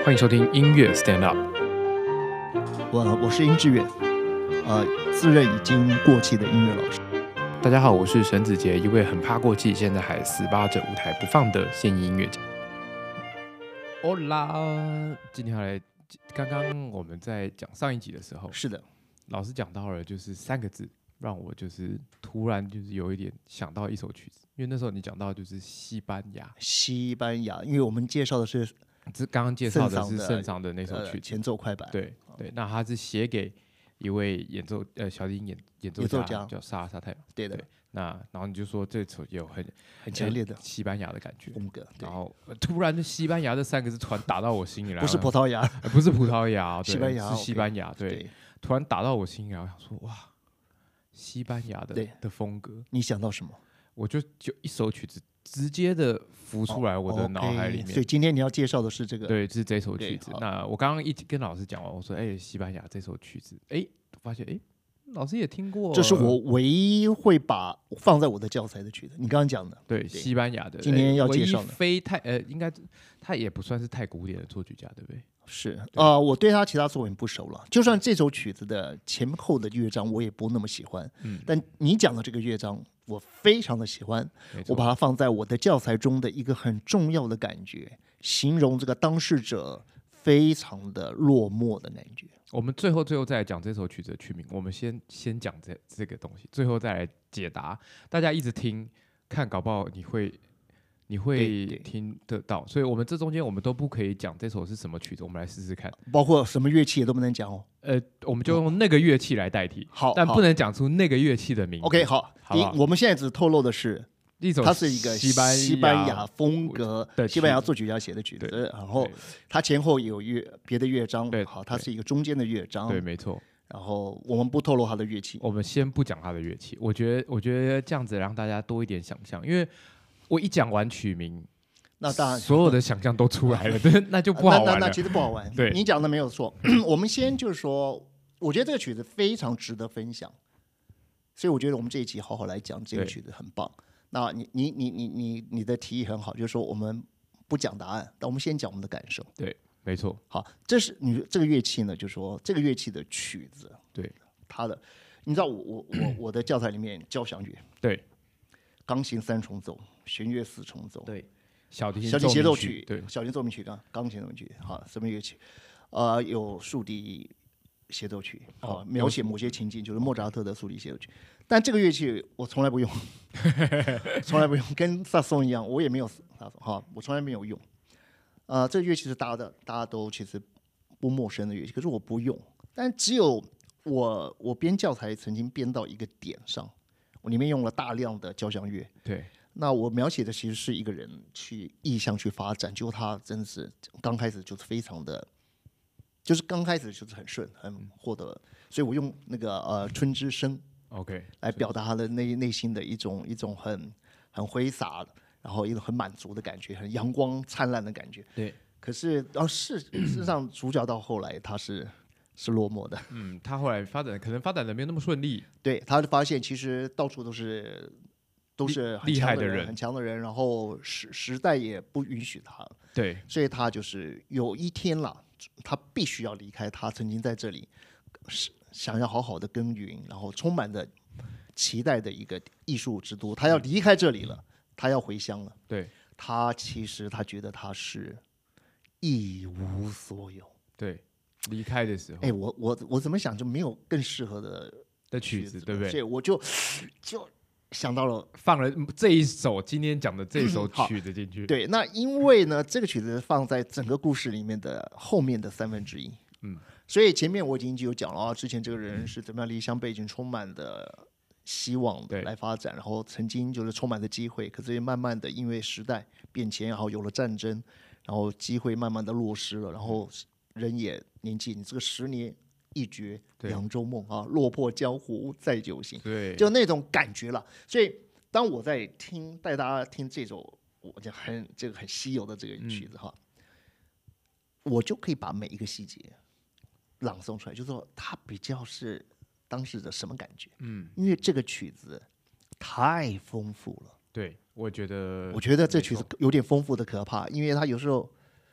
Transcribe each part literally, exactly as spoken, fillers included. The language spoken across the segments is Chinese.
欢迎收听音乐 Stand Up。 我我是殷志远，呃，自认已经过气的音乐老师。 大家好，我是沈子杰，一位很怕过气，现在还死扒着舞台不放的现役音乐家。哦啦，今天要来，刚刚我们在讲上一集的时候， 是的， 老师讲到了就是三个字，让我就是突然就是有一点想到一首曲子，因为那时候你讲到就是西班牙， 西班牙，因为我们介绍的是这刚刚介绍的是圣桑的那首曲子、 呃、前奏快板， 对对，那他是写给一位演奏呃小提琴演演奏家， 家叫萨拉萨泰， 对的。 对，那然后你就说这首也有很很强烈的西班牙的感觉风格， 然后突然西班牙这三个字突然打到我心里来， 不是葡萄牙， 呃、不是葡萄牙， 西班牙是西班牙， okay, 对, 对， 突然打到我心里来，我想说哇，西班牙的的风格， 你想到什么？ 我就就一首曲子直接的浮出来我的脑海里面、 哦 okay, 所以今天你要介绍的是这个， 对，就是这首曲子。那我刚刚一跟老师讲完，我说哎、欸，西班牙这首曲子，哎、欸，发现哎、欸，老师也听过， 这是我唯一会把放在我的教材的曲子。你刚刚讲的， 对，对西班牙的， 今天要介绍的， 非太呃，应该他也不算是太古典的作曲家，对不对？ 是啊、呃，我对他其他作品不熟了，就算这首曲子的前后的乐章我也不那么喜欢，嗯，但你讲的这个乐章我非常的喜欢，我把它放在我的教材中的一个很重要的感觉，形容这个当事者非常的落寞的感觉。 我们最后最后再来讲这首曲子的曲名，我们先先讲这这个东西，最后再来解答。大家一直听看，搞不好你会你会听得到，所以我们这中间我们都不可以讲这首是什么曲子，我们来试试看， 包括什么乐器也都不能讲哦。 呃，我们就用那个乐器来代替， 好， 但不能讲出那个乐器的名字。 OK， 好， 好好， 我们现在只透露的是。它是一个西班牙西班牙风格的西班牙作曲家写的曲子，然后它前后有乐别的乐章，好，它是一个中间的乐章， 对，没错。 然后我们不透露它的乐器， 我们先不讲它的乐器。我觉得，我觉得这样子让大家多一点想象，因为我一讲完曲名， 那当然所有的想象都出来了，对，那就不好玩了。 那, 那, 那其实不好玩。 对， 你讲的没有错。我们先就是说，我觉得这个曲子非常值得分享，所以我觉得我们这一集好好来讲这个曲子很棒。那你你你你你你的提议很好，就是说我们不讲答案，但我们先讲我们的感受。 对，没错。 好，这是你这个乐器呢，就是说这个乐器的曲子， 对它的，你知道我我我我的教材里面交响乐， 对， 钢琴三重奏，弦乐四重奏， 对，小提琴小提协奏曲， 对， 小提奏鸣曲，钢钢琴奏鸣曲，好，什么乐器？呃，有竖笛协奏曲，好、哦，描写某些情境，就是莫扎特的竖笛协奏曲。但这个乐器我从来不用，从来不用，跟萨松一样，我也没有萨松哈，我从来没有用。呃，这个乐器是大家的，大家都其实不陌生的乐器，可是我不用。但只有我，我编教材曾经编到一个点上，我里面用了大量的交响乐。 对， 那我描写的其实是一个人去意向去发展，就他真的是刚开始就是非常的，就是刚开始就是很顺，很获得，所以我用那个呃春之声。 OK， 来表达他的内内心的一种一种很很挥洒，然后一种很满足的感觉，很阳光灿烂的感觉。 对。 可是，然后事事实上，主角到后来他是是落寞的。 嗯，他后来发展可能发展的没有那么顺利。 对，他发现其实到处都是都是很强的人，很强的人，然后时时代也不允许他。 对。 所以他就是有一天啦，他必须要离开他曾经在这里是。想要好好的耕耘，然后充满着期待的一个艺术之都，他要离开这里了，他要回乡了。 对， 他其实他觉得他是一无所有。 对，离开的时候， 哎，我我我怎么想就没有更适合的的曲子，对不对？ 所以我就就想到了放了这一首今天讲的这一首曲子进去。 对，那因为呢，这个曲子放在整个故事里面的后面的三分之一。嗯。所以前面我已经有讲了啊，之前这个人是怎么样离乡背景，充满的希望来发展，然后曾经就是充满的机会，可是慢慢的因为时代变迁，然后有了战争，然后机会慢慢的落失了，然后人也年纪，你这个十年一绝扬州梦啊，落魄江湖再酒醒， 对， 就那种感觉了。所以当我在听带大家听这首我就很这个很稀有的这个曲子哈、嗯，我就可以把每一个细节朗诵出来，就是说它比较是当时的什么感觉？嗯，因为这个曲子太丰富了。 对，我觉得， 我觉得这曲子有点丰富的可怕，因为它有时候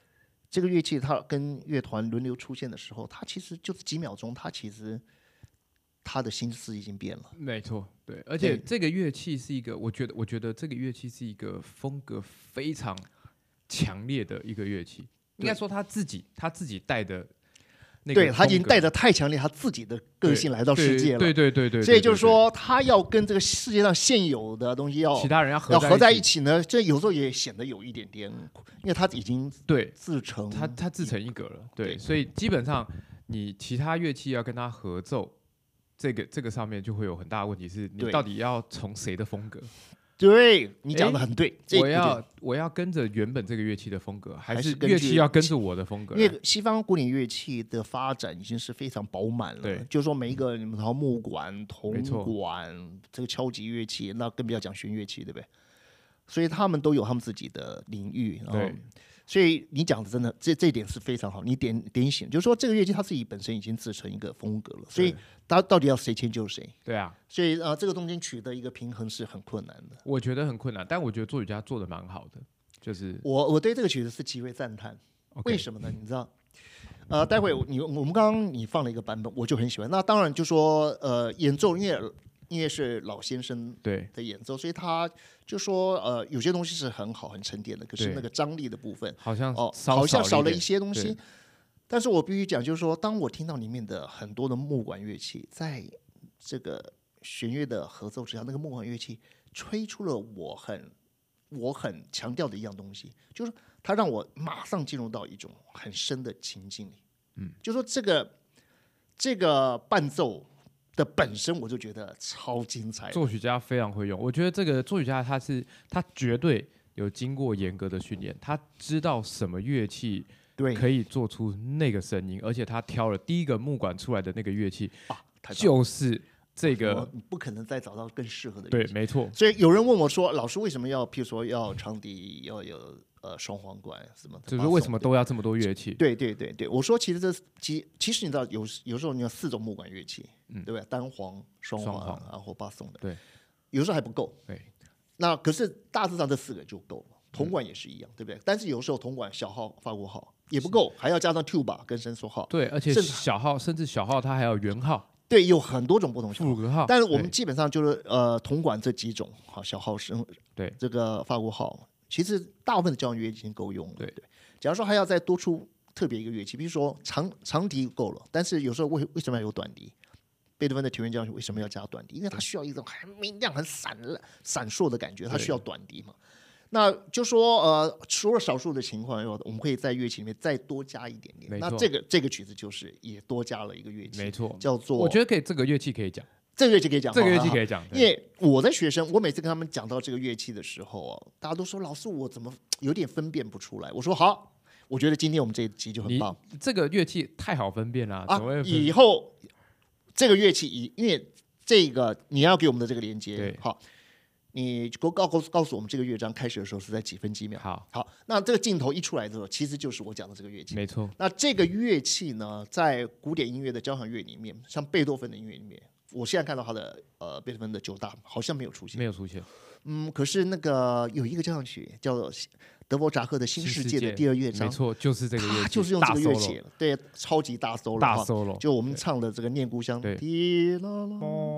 这个乐器它跟乐团轮流出现的时候，它其实就是几秒钟，它其实他的心思已经变了。 没错，对，而且这个乐器是一个，我觉得，我觉得这个乐器是一个风格非常强烈的一个乐器。应该说他自己，他自己带的那个， 对，他已经带着太强烈他自己的个性来到世界了。 对对对 对, 对, 对， 所以就是说，他要跟这个世界上现有的东西要其他人要合要合在一起呢，这有时候也显得有一点点，因为他已经对自成， 他他自成一格了。对，对所以基本上你其他乐器要跟他合奏。这个这个上面就会有很大的问题，是你到底要从谁的风格？ 对你讲的很对， 我要我要跟着原本这个乐器的风格，还是乐器要跟着我的风格？ 因为西方古典乐器的发展已经是非常饱满了， 对， 就是说每一个你们说木管、铜管，这个敲击乐器，那更不要讲弦乐器，对不对？所以他们都有他们自己的领域， 对。 所以你讲的真的这这一点是非常好，你点点醒，就是说这个乐器它自己本身已经自成一个风格了，所以它到底要谁迁就谁？ 对啊， 所以呃，这个中间取得一个平衡是很困难的。 我觉得很困难，但我觉得作曲家做的蛮好的，就是我我对这个曲子是极为赞叹。 Okay. 为什么呢？你知道？呃，待会你我们刚刚你放了一个版本，我就很喜欢。那当然就说呃，演奏因为因为是老先生的演奏，所以他就说呃，有些东西是很好很沉淀的，可是那个张力的部分好像哦， 好像少了一些东西。但是我必须讲，就是说，当我听到里面的很多的木管乐器，在这个弦乐的合奏之下，那个木管乐器吹出了我很我很强调的一样东西，就是它让我马上进入到一种很深的情境里。嗯，就说这个这个伴奏的本身，我就觉得超精彩。 作曲家非常会用，我觉得这个作曲家他是他绝对有经过严格的训练，他知道什么乐器可以做出那个声音，而且他挑了第一个木管出来的那个乐器，啊、就是这个， 你不可能再找到更适合的乐器。对，没错。 所以有人问我说：“老师为什么要，譬如说要长笛，要有呃双簧管什么？ 就是为什么都要这么多乐器？” 对对对对，我说其实这其其实你知道有有时候你有四种木管乐器，嗯，对不对？单簧、双簧，然后巴松的， 对， 有时候还不够。 对， 那可是大致上这四个就够了。铜管也是一样，对不对？但是有时候铜管小号、法国号也不够，还要加上 tuba 跟伸缩号。 对，而且小号甚至小号它还有圆号。 对，有很多种不同复合号。 但是我们基本上就是呃铜管这几种，好小号是， 对这个法国号，其实大部分的交响乐已经够用了。 对对，假如说还要再多出特别一个乐器，比如说长长笛够了，但是有时候为为什么要有短笛？贝多芬的田园交响曲为什么要加短笛？因为它需要一种很明亮、很闪闪烁的感觉，它需要短笛嘛。那就说呃，除了少数的情况，我们可以在乐器里面再多加一点点。那这个这个曲子就是也多加了一个乐器， 没错， 叫做我觉得可以，这个乐器可以讲， 这个乐器可以讲， 这个乐器可以讲， 因为我的学生，我每次跟他们讲到这个乐器的时候啊，大家都说老师我怎么有点分辨不出来？我说好，我觉得今天我们这一集就很棒， 这个乐器太好分辨了啊！以后这个乐器以因为这个你要给我们的这个连接，好。你告告告诉我们这个乐章开始的时候是在几分几秒？ 好， 好，那这个镜头一出来之后，其实就是我讲的这个乐器。 没错。 那这个乐器呢，在古典音乐的交响乐里面，像贝多芬的音乐里面，我现在看到他的呃贝多芬的九大好像没有出现， 没有出现。 嗯，可是那个有一个交响曲叫做德弗扎克的《新世界》的第二乐章， 没错，就是这个乐器， 就是用这个乐器，对，超级大 solo， 大 solo， 就我们唱的这个《念故乡》， 对， 滴啦啦，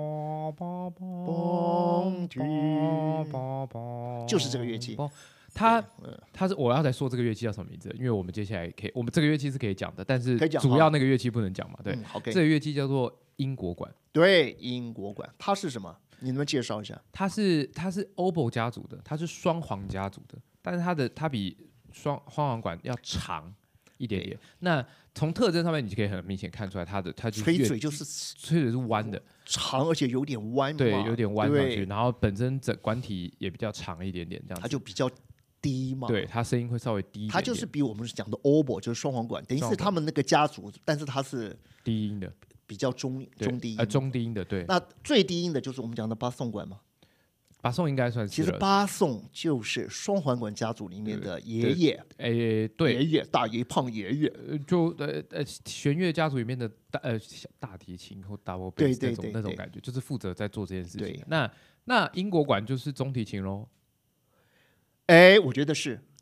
就是这个乐器。 它它是我要来说这个乐器叫什么名字？因为我们接下来可以，我们这个乐器是可以讲的，但是主要那个乐器不能讲嘛，对，这个乐器叫做英国管， 对，英国管，它是什么？你能不能介绍一下？ 它是它是 oboe 家族的，它是双簧家族的，但是它的它比双双簧管要长一点点。那从特征上面，你就可以很明显看出来，它的它就吹嘴就是吹嘴是弯的， 长而且有点弯， 对，有点弯上去，然后本身整管体也比较长一点点，这样它就比较低嘛， 对，它声音会稍微低一点点。 它就是比我们讲的 oboe 就是双簧管，等于是他们那个家族，但是它是低音的。 比较中中低音， 呃，中低音的，对。 那最低音的就是我们讲的巴颂管嘛。 巴颂应该算是。 其实巴颂就是双簧管家族里面的爷爷， 诶，对， 爷爷大爷胖爷爷， 就呃呃弦乐家族里面的大呃大提琴或 double bass 那种那种感觉，就是负责在做这件事情。那那英国管就是中提琴喽。 哎，我觉得是。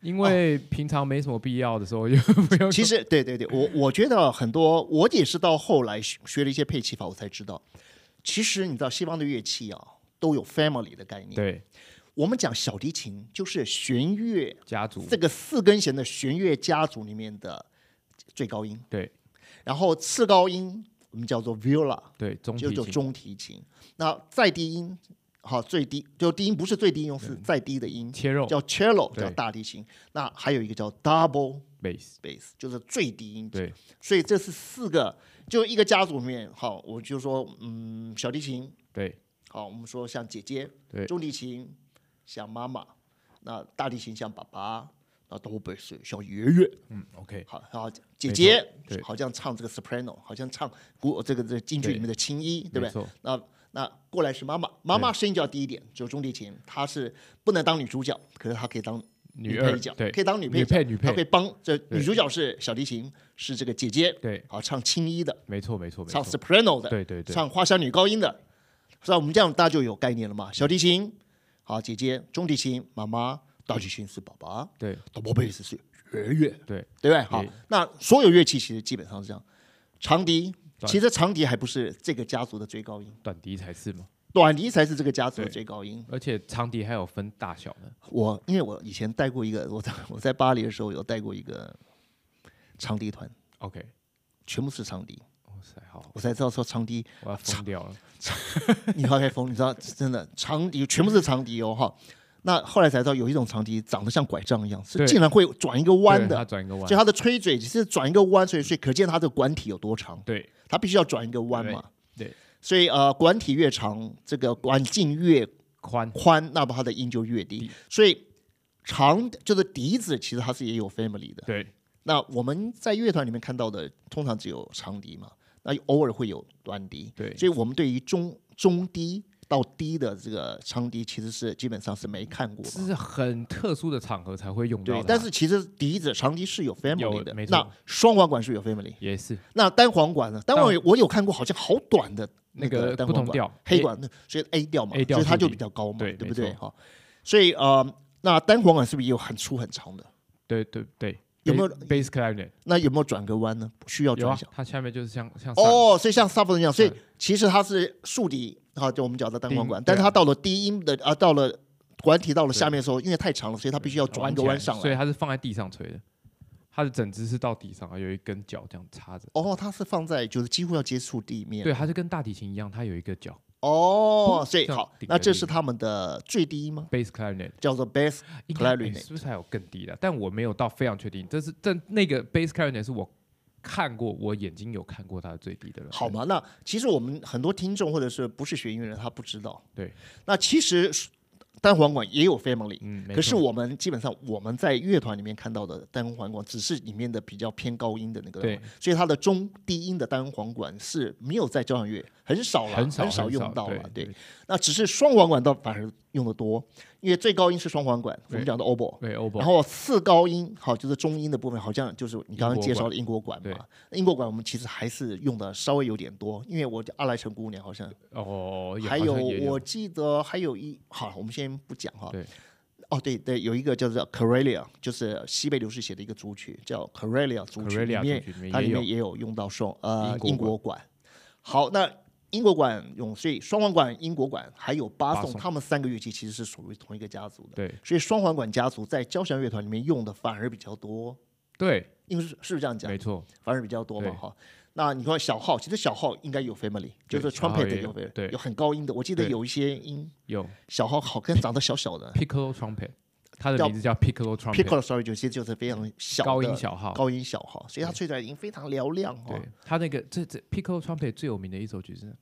因为平常没什么必要的时候就不用。 其实对对对，我我觉得很多，我也是到后来学了一些配器法，我才知道，其实你知道西方的乐器啊都有 family 的概念。 对， 我们讲小提琴就是弦乐家族这个四根弦的弦乐家族里面的最高音。 对， 然后次高音我们叫做 viola， 对，中提琴就中提琴。那再低音。好，最低就低音不是最低音，是再低的音， 切肉叫 cello， 叫大提琴。那还有一个叫 double bass bass， 就是最低音。 对， 所以这是四个，就一个家族里面。好，我就说，嗯，小提琴， 对， 好，我们说像姐姐， 对， 中提琴像妈妈，那大提琴像爸爸，那 double bass 像爷爷。 嗯 ，OK， 好，好，姐姐对好像唱这个 soprano， 好像唱古这个这个京剧里面的青衣，对不对？那那过来是妈妈，妈妈声音就要低一点，就中提琴，她是不能当女主角，可是她可以当女配角， 对， 可以当女配角，女配， 她可以帮这女主角是小提琴，是这个姐姐， 对， 好唱青衣的， 没错没错， 唱 soprano 的， 对对对， 唱花香女高音的，是吧？我们这样大家就有概念了嘛？小提琴好姐姐，中提琴妈妈，大提琴是爸爸， 对 ，double bass是爷爷， 对对不对？好，那所有乐器其实基本上是这样，长笛。其实长笛还不是这个家族的最高音， 短笛才是嘛。 短笛才是这个家族的最高音， 而且长笛还有分大小呢。 我因为我以前带过一个，我在我在巴黎的时候有带过一个长笛团 ，OK， 全部是长笛。 哇塞，好， 我才知道说长笛， 我要疯掉了。 你快开疯，你知道真的长笛全部是长笛哦哈。那后来才知道有一种长笛长得像拐杖一样，是竟然会转一个弯的， 它转一个弯， 所以它的吹嘴只是转一个弯，所以所以可见它的管体有多长。 对， 它必须要转一个弯嘛。 对， 所以呃，管体越长，这个管径越宽宽，那么它的音就越低。所以长就是笛子，其实它是也有 family 的。 对， 那我们在乐团里面看到的，通常只有长笛嘛，那偶尔会有短笛。 对， 所以我们对于中中低到低的这个长笛，其实是基本上是没看过， 这是很特殊的场合才会用到的。 但是其实笛子长笛是有 family 的， 没错。 那双簧管是有 family， 也是。 那单簧管呢？单簧管我有看过，好像好短的那个单簧管，黑管，所以 A 调嘛，所以它就比较高嘛，对不对？哈，所以呃，那单簧管是不是也有很粗很长的？ 对对对。 有没有 bass clarinet？ 那有没有转个弯呢？需要转一下。 它下面就是像像哦，所以像萨克斯一样，所以其实它是竖笛，好，就我们讲的单簧管，但是它到了低音的啊，到了管体到了下面的时候，因为太长了，所以它必须要转一个弯上来， 所以它是放在地上吹的。它的整只是到地上，有一根脚这样插着。 哦，它是放在就是几乎要接触地面。 对，它是跟大提琴一样，它有一个脚。 哦，所以好，那这是他们的最低音吗 ？Bass clarinet 叫做 bass clarinet， 是不是还有更低的？但我没有到非常确定。这是这那个 bass clarinet 是我看过，我眼睛有看过它的最低的了。 好嘛，那其实我们很多听众或者是不是学音乐人，他不知道。 对， 那其实单簧管也有 family， 嗯， 可是我们基本上我们在乐团里面看到的单簧管只是里面的比较偏高音的那个， 对， 所以它的中低音的单簧管是没有在交响乐很少了， 很少很少用到了， 对， 对。那只是双簧管倒反而用的多，因为最高音是双簧管，我们讲的 oboe， 对 oboe， 然后次高音好就是中音的部分，好像就是你刚刚介绍的英国管嘛。英国管我们其实还是用的稍微有点多，因为我阿莱城姑娘好像哦， 还有我记得还有一好，我们先不讲哈。 对。 哦，对对，有一个叫做 Karelia， 就是西贝流士写的一个组曲，叫 Karelia 组曲，里面它里面也有用到双呃英国管。好，那英国管用，所以双簧管、英国管还有巴颂，他们三个乐器其实是属于同一个家族的。 对， 所以双簧管家族在交响乐团里面用的反而比较多。 对， 因为是是不是这样讲？ 没错， 反而比较多嘛哈。那你说小号，其实小号应该有 family， 就是 trumpet 有 family， 对， 有很高音的。我记得有一些音有小号好跟长得小小的 piccolo trumpet， 它的名字叫 piccolo trumpet。 piccolo sorry， 有些就是非常小的高音小号， 高音小号，所以它吹出来音非常嘹亮哈。 对，它那个这这 piccolo trumpet 最有名的一首曲是。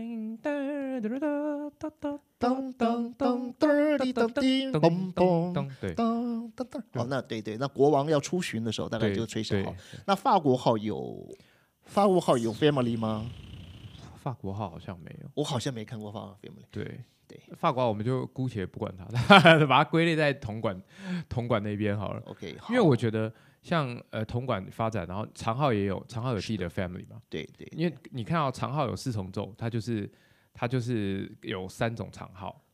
当当当当滴当滴嘣嘣， 对， 当当当。哦，那对对，那国王要出巡的时候，大概就吹小号。那法国号有法国号有 family 吗？ 法国号好像没有， 我好像没看过法国 family。 对对， 法国号我们就姑且不管它，把它归类在铜管铜管那边好了。 OK， 因为我觉得像呃铜管发展，然后长号也有长号有自己的 family 嘛。 对对， 因为你看到长号有四重奏，它就是。它就是有三种长号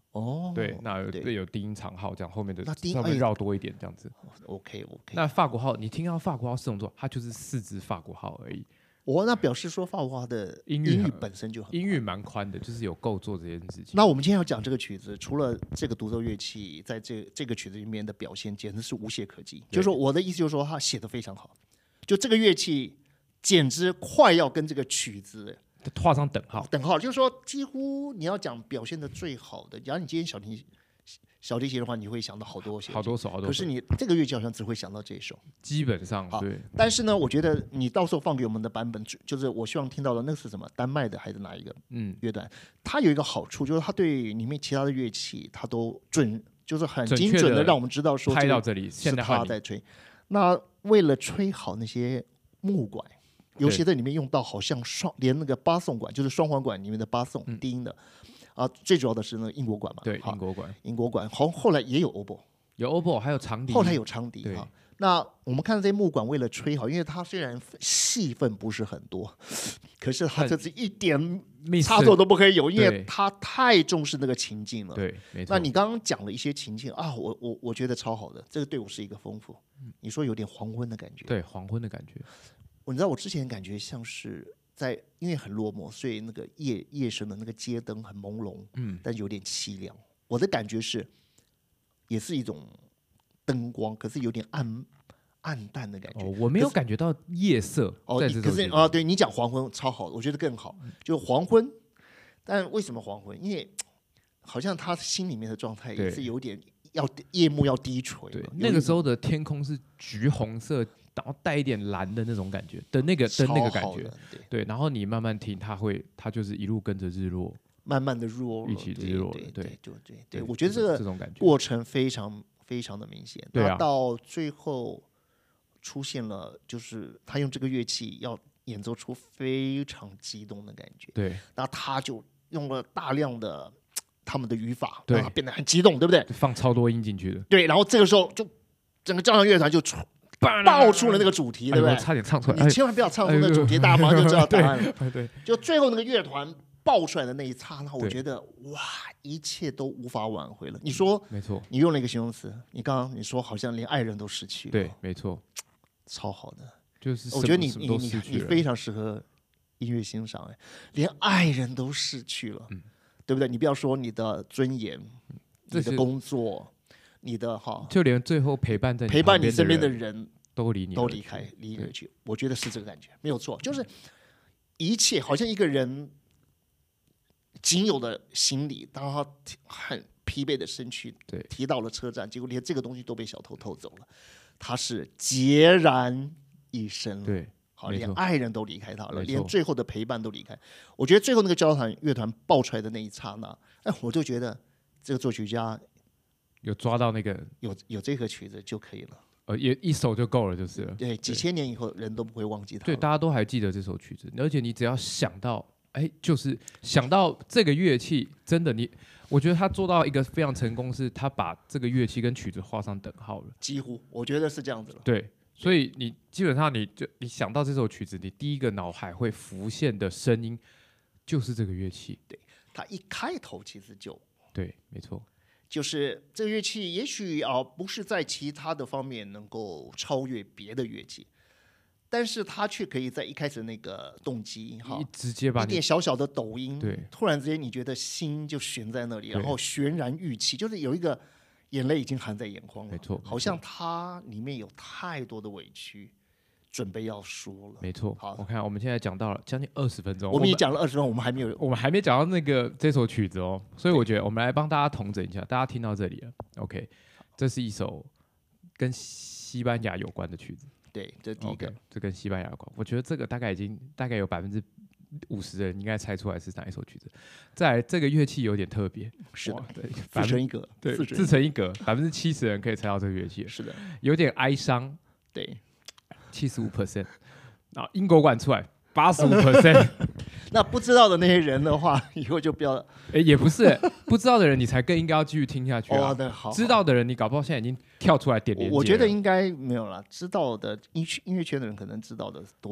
哦， 对，那有对有低音长号这样，后面的那低音稍微哎绕多一点这样子。 OK OK， 那法国号，你听到法国号四重奏，它就是四支法国号而已， 我那表示说法国号的音域音域很本身就很音域蛮宽的，就是有够做这件事情。 那我们今天要讲这个曲子，除了这个独奏乐器在这这个曲子里面的表现，简直是无懈可击。就是说，我的意思就是说，他写的非常好，就这个乐器简直快要跟这个曲子画上等号， 等号，就是说，几乎你要讲表现的最好的，假如你今天小提小提琴的话，你会想到好多好多首，好多首。 可是你这个乐器好像只会想到这一首， 基本上好对。 但是呢，我觉得你到时候放给我们的版本，就是我希望听到的那是什么？丹麦的还是哪一个嗯乐团？它有一个好处，就是它对里面其他的乐器，它都准，就是很精准的让我们知道说拍到这里， 是现在他在吹。那为了吹好那些木管，尤其在里面用到好像双连那个巴颂管，就是双簧管里面的巴颂、嗯、低音的。啊，最主要的是那个英国管嘛， 对，英国管， 英国管，好，后来也有 oboe， 有 oboe， 还有长笛， 后来有长笛哈。那我们看到这些木管为了吹好，因为它虽然戏份不是很多，可是它这是一点差错都不可以有，因为它太重视那个情境了。 对，没错。 那你刚刚讲了一些情境啊，我我我觉得超好的，这个对我是一个丰富。你说有点黄昏的感觉， 对，黄昏的感觉。 你知道我之前感觉像是。在因为很落寞，所以那个夜夜深的那个街灯很朦胧，嗯，但有点凄凉。我的感觉是，也是一种灯光，可是有点暗暗淡的感觉。 哦、我没有感觉到夜色哦，可是啊，对你讲黄昏超好，我觉得更好，就黄昏。但为什么黄昏？因为好像他心里面的状态也是有点要夜幕要低垂。 对，那个时候的天空是橘红色。然后带一点蓝的那种感觉的那个的那个感觉，对, 对，然后你慢慢听，它会，它就是一路跟着日落， 慢慢的落， 一起日落， 对对对 对, 对, 对， 我觉得这个这种感觉过程非常非常的明显。 对啊， 到最后出现了，就是他用这个乐器要演奏出非常激动的感觉， 对， 那他就用了大量的他们的语法，让它变得很激动，对不对？ 放超多音进去的， 对，然后这个时候就整个交响乐团就出。爆出了那个主题，对不对？ 差点唱出来， 你千万不要唱出那个主题，大家马上就知道答案了。 对对， 就最后那个乐团爆出来的那一刹那，我觉得哇，一切都无法挽回了。你说没错， 你用了一个形容词，你刚刚你说好像连爱人都失去了， 对，没错， 超好的。 就是我觉得你你你你非常适合音乐欣赏，哎，连爱人都失去了，嗯，对不对？你不要说你的尊严，你的工作。你的哈， 就连最后陪伴在你陪伴你身边的人都离你都离开，离你而去。我觉得是这个感觉，没有错，就是一切好像一个人仅有的行李，当他很疲惫的身躯提到了车站，结果连这个东西都被小偷偷走了，他是孑然一身了。 对， 好，连爱人都离开他了，连最后的陪伴都离开。我觉得最后那个交响乐团爆出来的那一刹那，哎，我就觉得这个作曲家。 有抓到那个有有这个曲子就可以了， 呃，也一首就够了，就是了。 对，几千年以后人都不会忘记它。 对，大家都还记得这首曲子，而且你只要想到，哎，就是想到这个乐器，真的你，我觉得他做到一个非常成功，是他把这个乐器跟曲子画上等号了。 几乎，我觉得是这样子了。 对，所以你基本上你就你想到这首曲子，你第一个脑海会浮现的声音就是这个乐器。 对，它一开头其实就对，没错。 就是这个乐器，也许啊不是在其他的方面能够超越别的乐器，但是它却可以在一开始那个动机哈， 直接把一点小小的抖音， 对， 突然之间你觉得心就悬在那里，然后悬然欲泣，就是有一个眼泪已经含在眼眶了， 没错， 好像它里面有太多的委屈。准备要说了， 没错。 好， 我看我们现在讲到了将近二十分钟， 我们也讲了二十分钟，我们还没有， 我们还没讲到那个这首曲子哦，所以我觉得我们来帮大家统整一下，大家听到这里了 ，OK， 这是一首跟西班牙有关的曲子， 对，这第一个， okay, 这跟西班牙有关，我觉得这个大概已经大概有百分之五十的人应该猜出来是哪一首曲子。再来，这个乐器有点特别， 是的， 对， 自成一格， 对，自成一格，百分之七十人可以猜到这个乐器， 是的， 有点哀伤， 对。 七十五 percent， 然后英国管出来八十五 percent， 那不知道的那些人的话，以后就不要。 哎，也不是，不知道的人你才更应该要继续听下去啊。 哦，对，好。 知道的人，你搞不好现在已经跳出来点连结了。 我觉得应该没有啦，知道的音音乐圈的人可能知道的多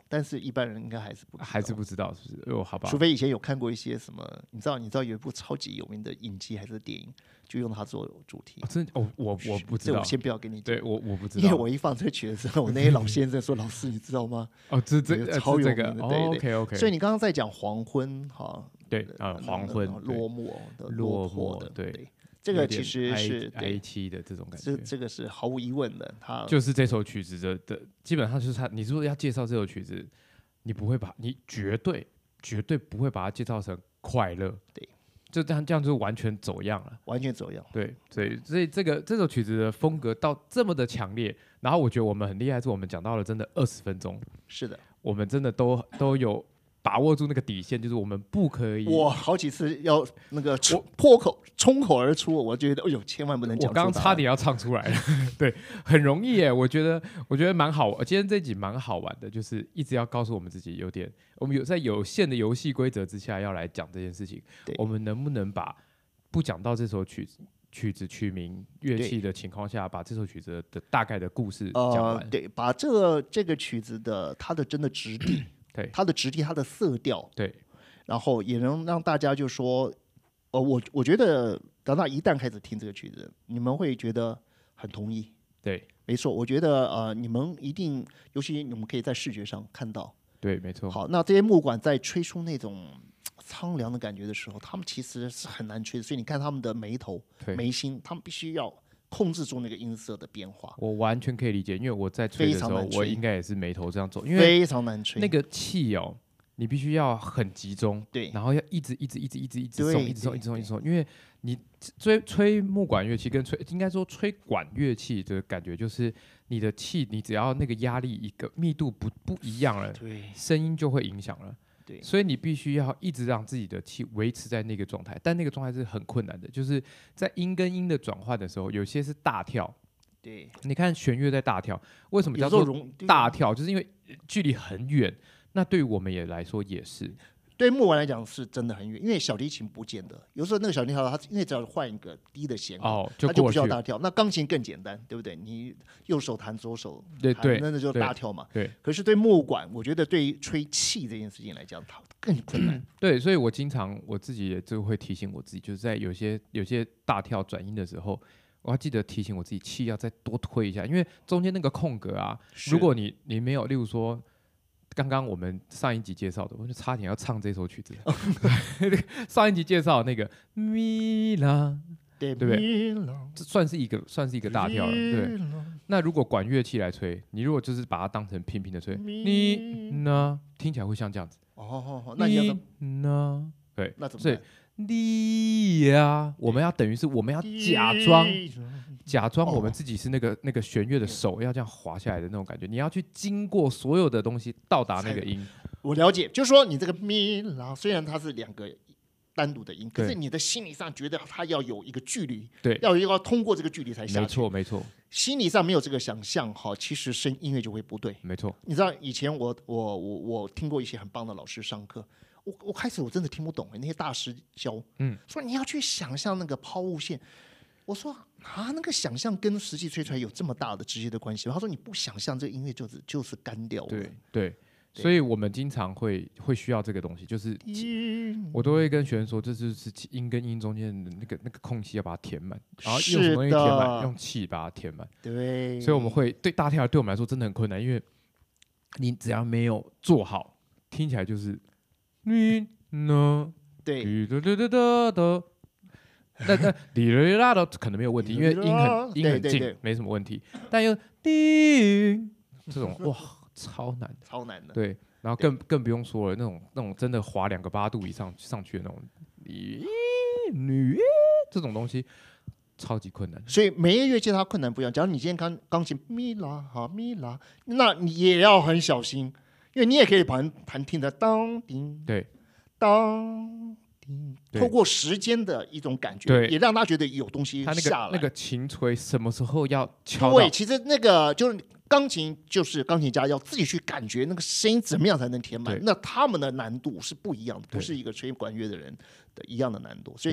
但是一般人应该还是不知道还是不知道，是不是？哦，好吧。 除非以前有看过一些什么，你知道，你知道有一部超级有名的影集还是电影，就用它做主题。 哦、真的哦，我我不知道， 这我先不要跟你讲。 对我我不知道， 因为我一放这曲的时候，我那些老先生说：“老师，你知道吗？” 哦，这这超有名的， 的，对对 OK OK。 所以你刚刚在讲黄昏哈， 对啊，黄昏落寞的落魄的， 对。 这个其实是哀戚的这种感觉， 这这个是毫无疑问的。它就是这首曲子的的，基本上就是它。你如果要介绍这首曲子，你不会把，你绝对绝对不会把它介绍成快乐， 对， 就这样这样就完全走样了， 完全走样。 对，所以所以这个这首曲子的风格到这么的强烈，然后我觉得我们很厉害，是我们讲到了真的二十分钟， 是的， 我们真的都都有。把握住那个底线，就是我们不可以。 我好几次要那个破口冲口而出，我觉得哎呦，千万不能讲出。 我刚刚差点要唱出来了，对，很容易耶。我觉得，我觉得蛮好。今天这集蛮好玩的，就是一直要告诉我们自己，有点我们有在有限的游戏规则之下要来讲这件事情。我们能不能把不讲到这首曲子、曲子曲名、乐器的情况下，把这首曲子的大概的故事讲完？ 呃、对，把这个这个曲子的它的真的质地。 对它的质地，它的色调， 对， 然后也能让大家就说，呃，我我觉得等到一旦开始听这个曲子，你们会觉得很同意。 对， 没错，我觉得呃，你们一定，尤其你们可以在视觉上看到。 对，没错。 好，那这些木管在吹出那种苍凉的感觉的时候，他们其实是很难吹的，所以你看他们的眉头、眉心，他们必须要控制住那个音色的变化。 我完全可以理解，因为我在吹的时候，我应该也是眉头这样做，因为非常难吹。 那个气哦，你必须要很集中， 对， 然后要一直一直一直一直一直送，一直送，一直送，一直送，因为你吹吹木管乐器跟吹，应该说吹管乐器的感觉，就是你的气，你只要那个压力一个密度不不一样了， 对， 声音就会影响了。对，所以你必须要一直让自己的气维持在那个状态，但那个状态是很困难的，就是在音跟音的转换的时候，有些是大跳。 对， 你看弦乐在大跳，为什么叫做大跳？就是因为距离很远，那对于我们也来说也是。 对木管来讲是真的很远，因为小提琴不见得，有时候那个小提琴它因为只要换一个低的弦， 哦， 它就不需要大跳。那钢琴更简单，对不对？你右手弹左手对对， 那就大跳嘛。 对。 可是对木管，我觉得对于吹气这件事情来讲，它更困难。 对，所以我经常我自己也就会提醒我自己，就是在有些有些大跳转音的时候，我要记得提醒我自己气要再多推一下，因为中间那个空格啊，如果你你没有，例如说。刚刚我们上一集介绍的，我就差点要唱这首曲子。上一集介绍的那个米拉，对不对？这算是一个算是一个大跳了。对。那如果管乐器来吹，你如果就是把它当成平平的吹，你呢听起来会像这样子。 哦，那你要呢？对， 那怎么？ 所以你呀，我们要等于是我们要假装。假装我们自己是那个、哦、那个弦乐的手要这样滑下来的那种感觉，你要去经过所有的东西到达那个音。 我了解，就是说你这个咪拉虽然它是两个单独的音，可是你的心理上觉得它要有一个距离， 对， 要要通过这个距离才下去。 没错，没错。 心理上没有这个想象，哈，其实声音乐就会不对。 没错。 你知道以前我我我我听过一些很棒的老师上课，我我开始我真的听不懂那些大师教，嗯，说你要去想象那个抛物线。我说啊，那个想象跟实际吹出来有这么大的直接的关系吗？他说你不想象这个音乐就是就是干掉了。 对对，所以我们经常会会需要这个东西，就是我都会跟学生说，这就是音跟音中间的那个那个空隙要把它填满，然后用什么东西填满？用气把它填满。 对， 所以我们会对大跳对我们来说真的很困难，因为你只要没有做好，听起来就是你呢， 对， 哒哒哒哒哒。那那哩哩啦的可能没有问题，因为音很音很近，没什么问题。但又叮这种哇，超难， 超难的。 对，然后更更不用说了，那种那种真的滑两个八度以上上去的那种，咦女这种东西超级困难。 所以每一个乐器它困难不一样。假如你今天看钢琴咪拉哈咪拉，那你也要很小心，因为你也可以弹弹听的当叮对当。透过时间的一种感觉，也让他觉得有东西下来。 他那个那个琴锤什么时候要敲到？ 对，其实那个就是钢琴，就是钢琴家要自己去感觉那个声音怎么样才能填满。那他们的难度是不一样的，不是一个吹管乐的人的一样的难度。所以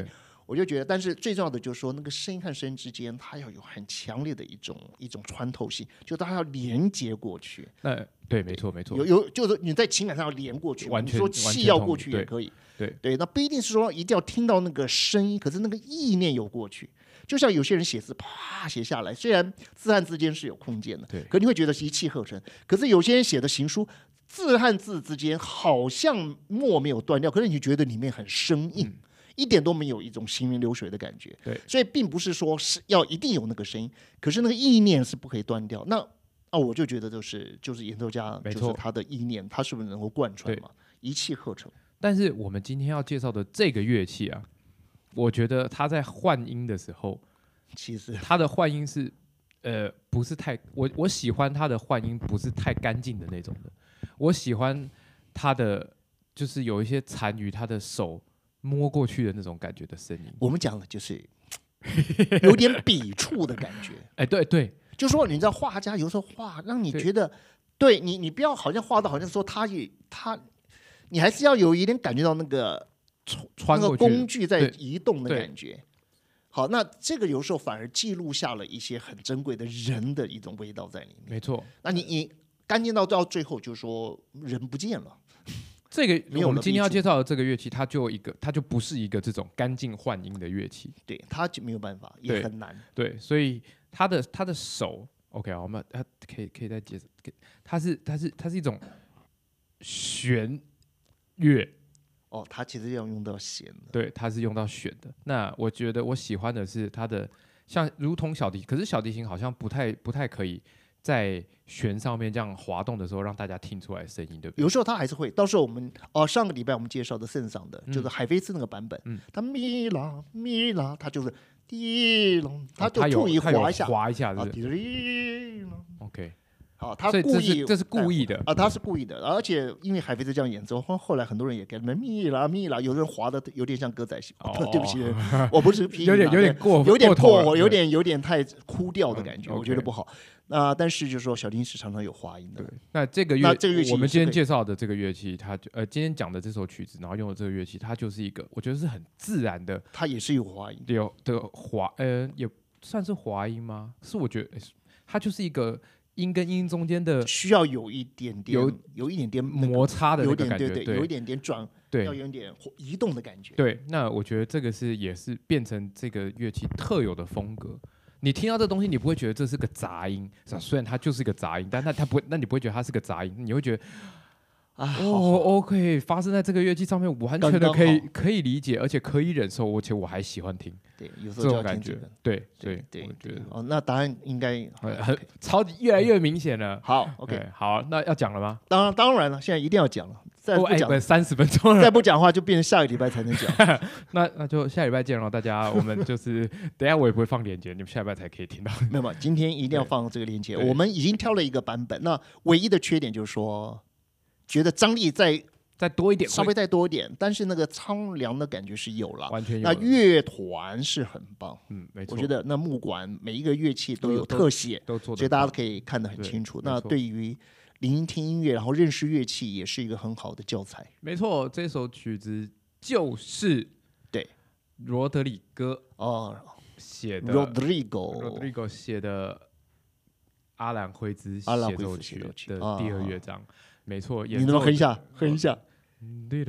我就觉得，但是最重要的就是说，那个声音和声音之间，它要有很强烈的一种一种穿透性，就它要连接过去。 呃，对，没错，没错， 有有就是你在情感上要连过去， 完全你说气要过去也可以。 对对，那不一定是说一定要听到那个声音，可是那个意念有过去。就像有些人写字啪写下来，虽然字和字间是有空间的， 对， 可你会觉得是一气呵成。可是有些人写的行书，字和字之间好像墨没有断掉，可是你觉得里面很生硬。嗯，一点都没有一种行云流水的感觉。 对， 所以并不是说是要一定有那个声音，可是那个意念是不可以断掉。那啊，我就觉得就是就是演奏家，就是他的意念，他是不是能够贯穿嘛，一气呵成。 但是我们今天要介绍的这个乐器啊，我觉得他在换音的时候， 其实他的换音是呃不是太我我喜欢他的换音不是太干净的那种的，我喜欢他的就是有一些残余他的手摸过去的那种感觉的声音。 我们讲的就是有点笔触的感觉。 哎，对对， 就是说你知道画家有时候画让你觉得，对, 对你你不要好像画到好像说他也他，你还是要有一点感觉到那个穿那个工具在移动的感觉。好，那这个有时候反而记录下了一些很珍贵的人的一种味道在里面。 没错， 那你你干净到到最后，就是说人不见了。 这个我们今天要介绍的这个乐器，它就一个，它就不是一个这种干净换音的乐器。 对，它就没有办法，也很难。 对，对，所以它的它的手 ，OK 啊，我们它可以可以再解释，它是它是它是一种弦乐。 哦，它其实要用到弦的， 对，它是用到弦的。那我觉得我喜欢的是它的，像如同小提，可是小提琴好像不太不太可以在弦上面这样滑动的时候让大家听出来声音，对不对？ 有时候它还是会。到时候我们哦、呃，上个礼拜我们介绍的圣桑的，嗯、就是海菲斯那个版本，嗯，它咪啦咪啦，它就是滴隆，它就注意滑一下， 滑一下， 啊， 滴哩 ，OK。 好，他故意， 这是故意的啊，他是故意的，而且因为海菲斯这样演奏，后后来很多人也给他们咪啦咪啦，有人滑的有点像歌仔戏，哦、对不起，我不是批评， 有点有点过， 有点过， 有点有点太枯掉的感觉， 嗯、 我觉得不好。那、呃、但是就是说，小提琴常常有滑音的。 对，那这个乐， 这个乐器我们今天介绍的这个乐器，它呃，今天讲的这首曲子，然后用的这个乐器，它就是一个，我觉得是很自然的， 它也是有滑音， 有的滑，呃，也算是滑音吗？是我觉得它就是一个。音跟音中间的需要有一点点有有一点点摩擦的那个感觉， 有点对对，有一点点转， 对， 要有一点移动的感觉。 对，那我觉得这个是也是变成这个乐器特有的风格。你听到这东西，你不会觉得这是个杂音，虽然它就是一个杂音，但它它不会，那你不会觉得它是个杂音，你会觉得。啊，哦 ，OK， 发生在这个乐器上面，完全的可以可以理解，而且可以忍受，而且我还喜欢听。 对，有时候就要听这种感觉。对，所以对， 我觉得哦，那答案应该很超级越来越明显了。 好 ，OK， 好，那要讲了吗？ 当然当然了，现在一定要讲了。再不讲三十分钟了， 再不讲话就变成下个礼拜才能讲。 那那就下礼拜见了，大家。我们就是等一下我也不会放链接，你们下礼拜才可以听到。 没有，今天一定要放这个链接。我们已经挑了一个版本，那唯一的缺点就是说。觉得张力再再多一点， 稍微再多一点，但是那个苍凉的感觉是有了， 完全有。 那乐团是很棒， 嗯，没错。 我觉得那木管每一个乐器都有特写， 都做， 所以大家可以看得很清楚。那对于聆听音乐，然后认识乐器，也是一个很好的教材。 没错，这首曲子就是对罗德里戈哦写的 ，Rodrigo，Rodrigo 写的阿兰惠兹协奏曲的第二乐章。没错， 你能不能哼一下？哼一下。滴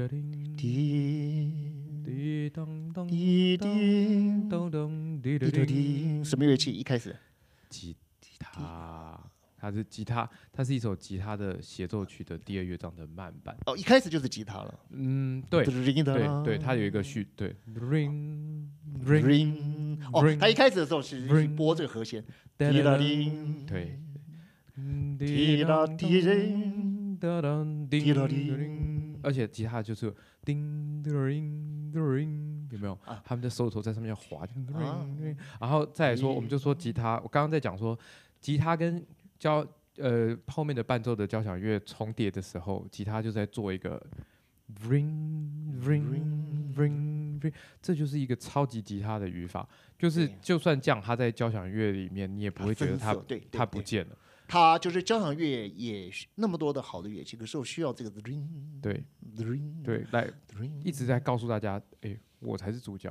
滴咚咚滴滴咚咚滴滴滴，什么乐器？一开始， 吉他，它是吉他，它是一首吉他的协奏曲的第二乐章的慢版。 哦，一开始就是吉他了。 嗯，对，对对，它有一个序，对 ，ring ring， 哦，它一开始的时候是拨这个和弦，滴答叮， 对， 滴答滴叮。 叮叮，而且吉他就是叮叮叮，有没有？啊、他们的手头在上面要滑，啊、然后再来说，我们就说吉他。我刚刚在讲说，吉他跟交呃后面的伴奏的交响乐重叠的时候，吉他就在做一个 ring ring ring ring， 这就是一个超级吉他的语法。就是就算这样，它在交响乐里面，你也不会觉得它它不见了。 它就是交响乐也那么多的好的乐器，可是我需要这个 ring， 对 ring， 对，来一直在告诉大家，哎，我才是主角，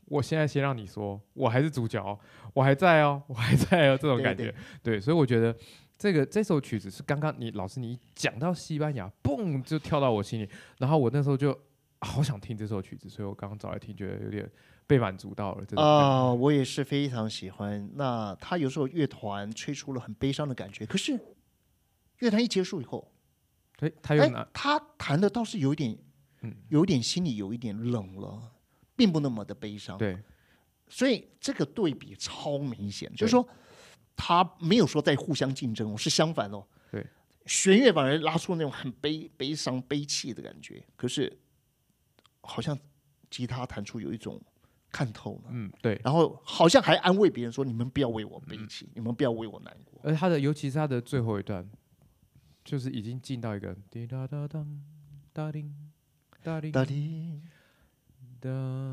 我现在先让你说，我还是主角哦，我还在哦，我还在哦，这种感觉。 对对对，所以我觉得这个这首曲子是刚刚你老师你一讲到西班牙，嘣就跳到我心里，然后我那时候就好想听这首曲子，所以我刚刚找来听，觉得有点被满足到了。这种感觉啊、我也是非常喜欢。那他有时候乐团吹出了很悲伤的感觉，可是乐团一结束以后， 哎，他又拿哎，他弹的倒是有一点， 嗯有一点心里有一点冷了，并不那么的悲伤。 对所以这个对比超明显，就是说他没有说在互相竞争哦，是相反哦。 对， 弦乐反而拉出那种很悲悲伤悲戚的感觉，可是好像吉他弹出有一种看透了， 嗯对， 然后好像还安慰别人说：“你们不要为我悲戚，你们不要为我难过。 而他的尤其是他的最后一段，就是已经进到一个滴答答当哒叮哒”叮哒滴哒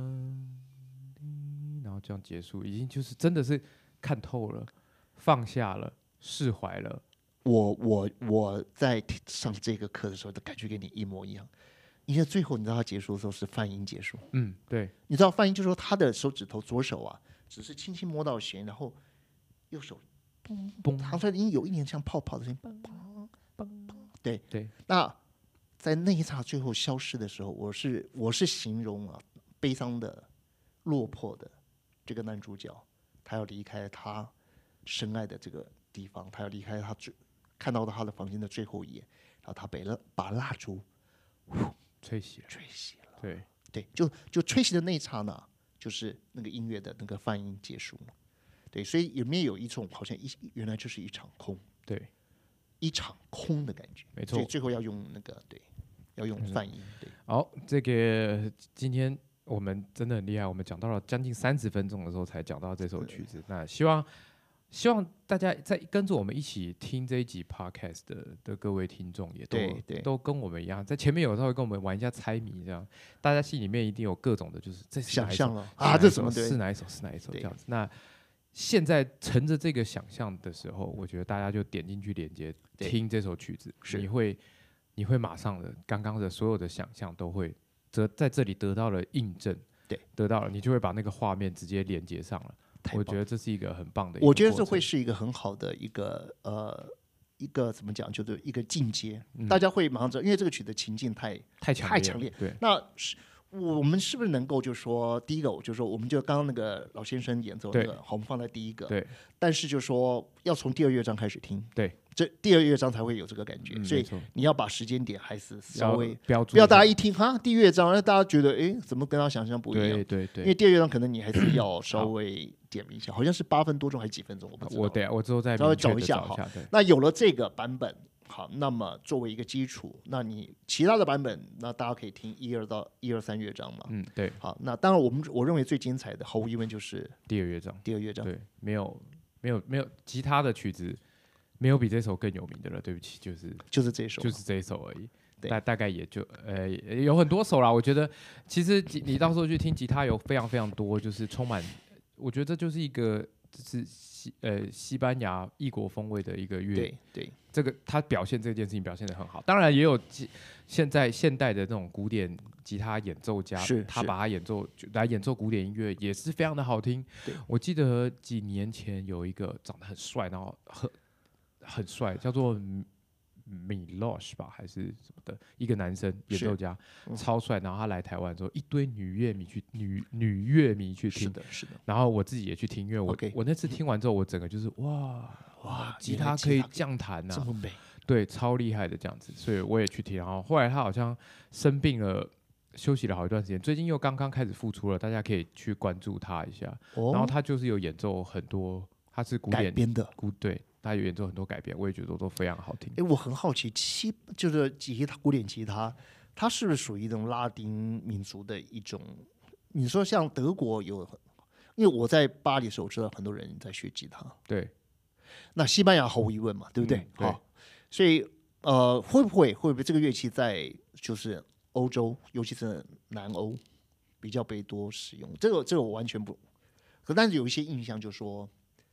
叮，然后这样结束，已经就是真的是看透了，放下了，释怀了。 我我我在上这个课的时候的感觉跟你一模一样，因为最后你知道他结束的时候是泛音结束， 嗯，对， 你知道泛音就是说他的手指头左手啊，只是轻轻摸到弦，然后右手嘣， 弹出来的音有一点像泡泡的声音，砰砰砰，对对， 那在那一刹最后消失的时候，我是我是形容啊，悲伤的、落魄的这个男主角，他要离开他深爱的这个地方，他要离开他最看到他的房间的最后一眼，然后他被了把蜡烛吹熄了， 吹熄了， 对， 对，就就吹熄的那一刹那，就是那个音乐的那个泛音结束了，对，所以里面有一种好像一原来这是一场空， 对， 一场空的感觉， 没错所以最后要用那个对，要用泛音，对。 好，这个今天我们真的很厉害，我们讲到了将近三十分钟的时候才讲到这首曲子。那希望希望大家在跟着我们一起听这一集 podcast 的的各位听众，也都对对都跟我们一样，在前面有时候会跟我们玩一下猜谜，这样大家心里面一定有各种的，就是这是哪一首想象了是哪啊， 一首这什么对是哪一首是哪一首这对样子。那现在乘着这个想象的时候，我觉得大家就点进去连接对听这首曲子， 是你会你会马上的刚刚的所有的想象都会得在这里得到了印证， 对， 得到了，你就会把那个画面直接连接上了。我太棒觉得这是一个很棒的一个过程， 我觉得这会是一个很好的一个呃一个怎么讲，就是一个进阶， 嗯大家会马上知道，因为这个曲的情境太太强烈了太强烈。 对， 那是我们是不是能够就说第一个，就是说我们就刚刚那个老先生演奏那个，好，我们放在第一个。 对， 但是就说要从第二乐章开始听， 对， 这第二乐章才会有这个感觉，所以嗯没错你要把时间点还是稍微要标注不要大家一一听哈第一乐章，那大家觉得诶怎么跟他想象不一样？ 对对因为对， 第二乐章可能你还是要稍微点一下，好像是八分多钟还是几分钟，我不知道。 我等下我之后再稍微明确地找一下哈找一下，对， 那有了这个版本，好，那么作为一个基础，那你其他的版本，那大家可以听一二到一二三乐章嘛。 嗯对， 好，那当然我们我认为最精彩的，毫无疑问就是第二乐章， 第二乐章。 对，没有没有没有吉他的曲子没有比这首更有名的了，对不起，就是就是这首， 就是这一首而已。 对大大概也就呃有很多首啦，我觉得其实吉你到时候去听吉他有非常非常多，就是充满，我觉得这就是一个就是西呃西班牙异国风味的一个乐， 对对这个他表现这件事情表现得很好。当然也有吉现在现代的那种古典吉他演奏家， 是是他把它演奏来演奏古典音乐也是非常的好听对。 我记得几年前有一个长得很帅，然后很很帅，叫做米 Losh 吧还是什么的一个男生演奏家， 嗯超帅。然后他来台湾之后，一堆女乐迷去女女乐迷去听， 是的，是的。 然后我自己也去听，因为我 OK 我那次听完之后，我整个就是哇哇， 吉原来他可以吉这样弹呐、 这么美， 对，超厉害的这样子，所以我也去听。然后后来他好像生病了，休息了好一段时间，最近又刚刚开始复出了，大家可以去关注他一下。 哦然后他就是有演奏很多，他是古典改编的。 古对，他有演奏很多改编，我也觉得都非常好听。 哎，我很好奇，七就是吉他古典吉他，它是不是属于一种拉丁民族的一种？你说像德国有，因为我在巴黎的时候知道很多人在学吉他， 对， 那西班牙毫无疑问嘛，对不对？ 嗯对好，所以呃，会不会会不会这个乐器在就是欧洲，尤其是南欧比较被多使用？这个这个我完全不，可但是有一些印象就说，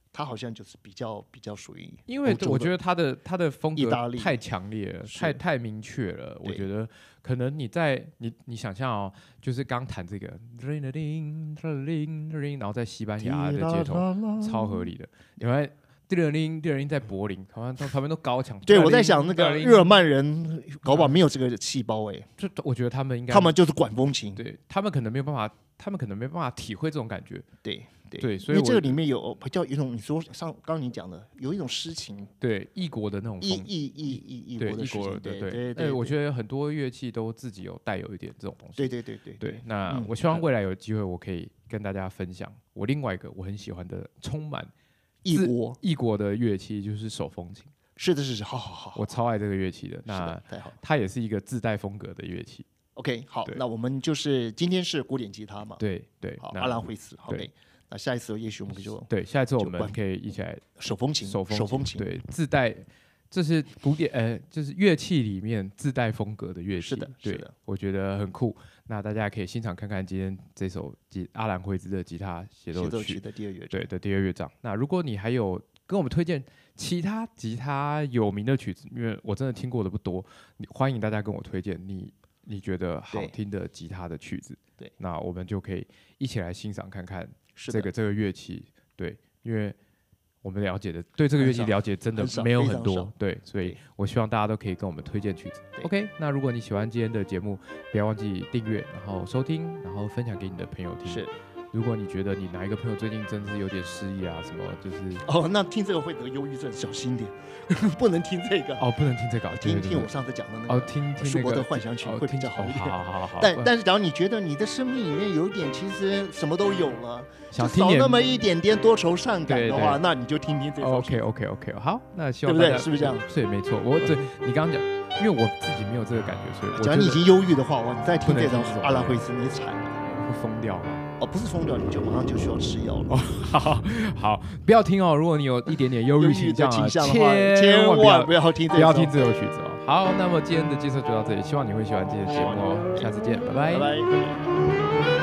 他好像就是比较比较属于， 因为我觉得他的他的风格太强烈了，太太明确了。我觉得可能你在你你想象哦，就是刚弹这个，然后在西班牙的街头超合理的，因为。第二零，第二零在柏林，好像他旁边都高墙。 对，我在想那个日耳曼人搞不好没有这个细胞哎， 就我觉得他们应该， 他们就是管风琴， 对他们可能没有办法，他们可能没办法体会这种感觉。 对对对，所以因为这个里面有比较有一种你说像刚刚你讲的，有一种诗情， 对异国的那种异异异异异国的诗情，对对对。 我觉得很多乐器都自己有带有一点这种东西。 对对对对对。那我希望未来有机会，我可以跟大家分享我另外一个我很喜欢的充满。 异国异国的乐器就是手风琴， 是的，是是，好好好， 我超爱这个乐器的。那它也是一个自带风格的乐器。 OK， 好，那我们就是今天是古典吉他嘛， 对对， 好，阿兰惠斯 ，OK， 那下一次也许我们就对，下一次我们可以一起来手风琴， 手手风琴， 对，自带。这是古典呃，就是乐器里面自带风格的乐器， 是的， 对的，我觉得很酷。那大家可以欣赏看看今天这首吉阿兰惠兹的吉他协奏曲的第二乐章， 对的第二乐章。那如果你还有跟我们推荐其他吉他有名的曲子，因为我真的听过的不多，欢迎大家跟我推荐你你觉得好听的吉他的曲子。 对， 那我们就可以一起来欣赏看看这个这个乐器。对，因为。我们了解的对这个乐器了解真的没有很多，对，所以我希望大家都可以跟我们推荐曲子。OK， 那如果你喜欢今天的节目，不要忘记订阅，然后收听，然后分享给你的朋友听。 是， 如果你觉得你哪一个朋友最近真是有点失忆啊，什么就是哦，那听这个会得忧郁症，小心点，不能听这个哦，不能听这个， 听听我上次讲的那个哦，听听舒伯特幻想曲会比较好一点。 好好好。 但但是，假如你觉得你的生命里面有一点其实什么都有了， 想少那么一点点多愁善感的话，那你就听听这首。 OK OK OK， 好，那希望对不对？是不是这样？ 对，没错。我对你刚刚讲，因为我自己没有这个感觉，所以假如你已经忧郁的话，哇，你再听这首阿兰惠斯，你惨了， 会疯掉吗？ 哦，不是疯掉，你就马上就需要吃药了。哦， 好，好，不要听哦。如果你有一点点忧郁倾向啊， 千万不要听， 不要听这首曲子哦。好，那么今天的介绍就到这里，希望你会喜欢今天的节目哦。下次见，拜拜。 拜拜。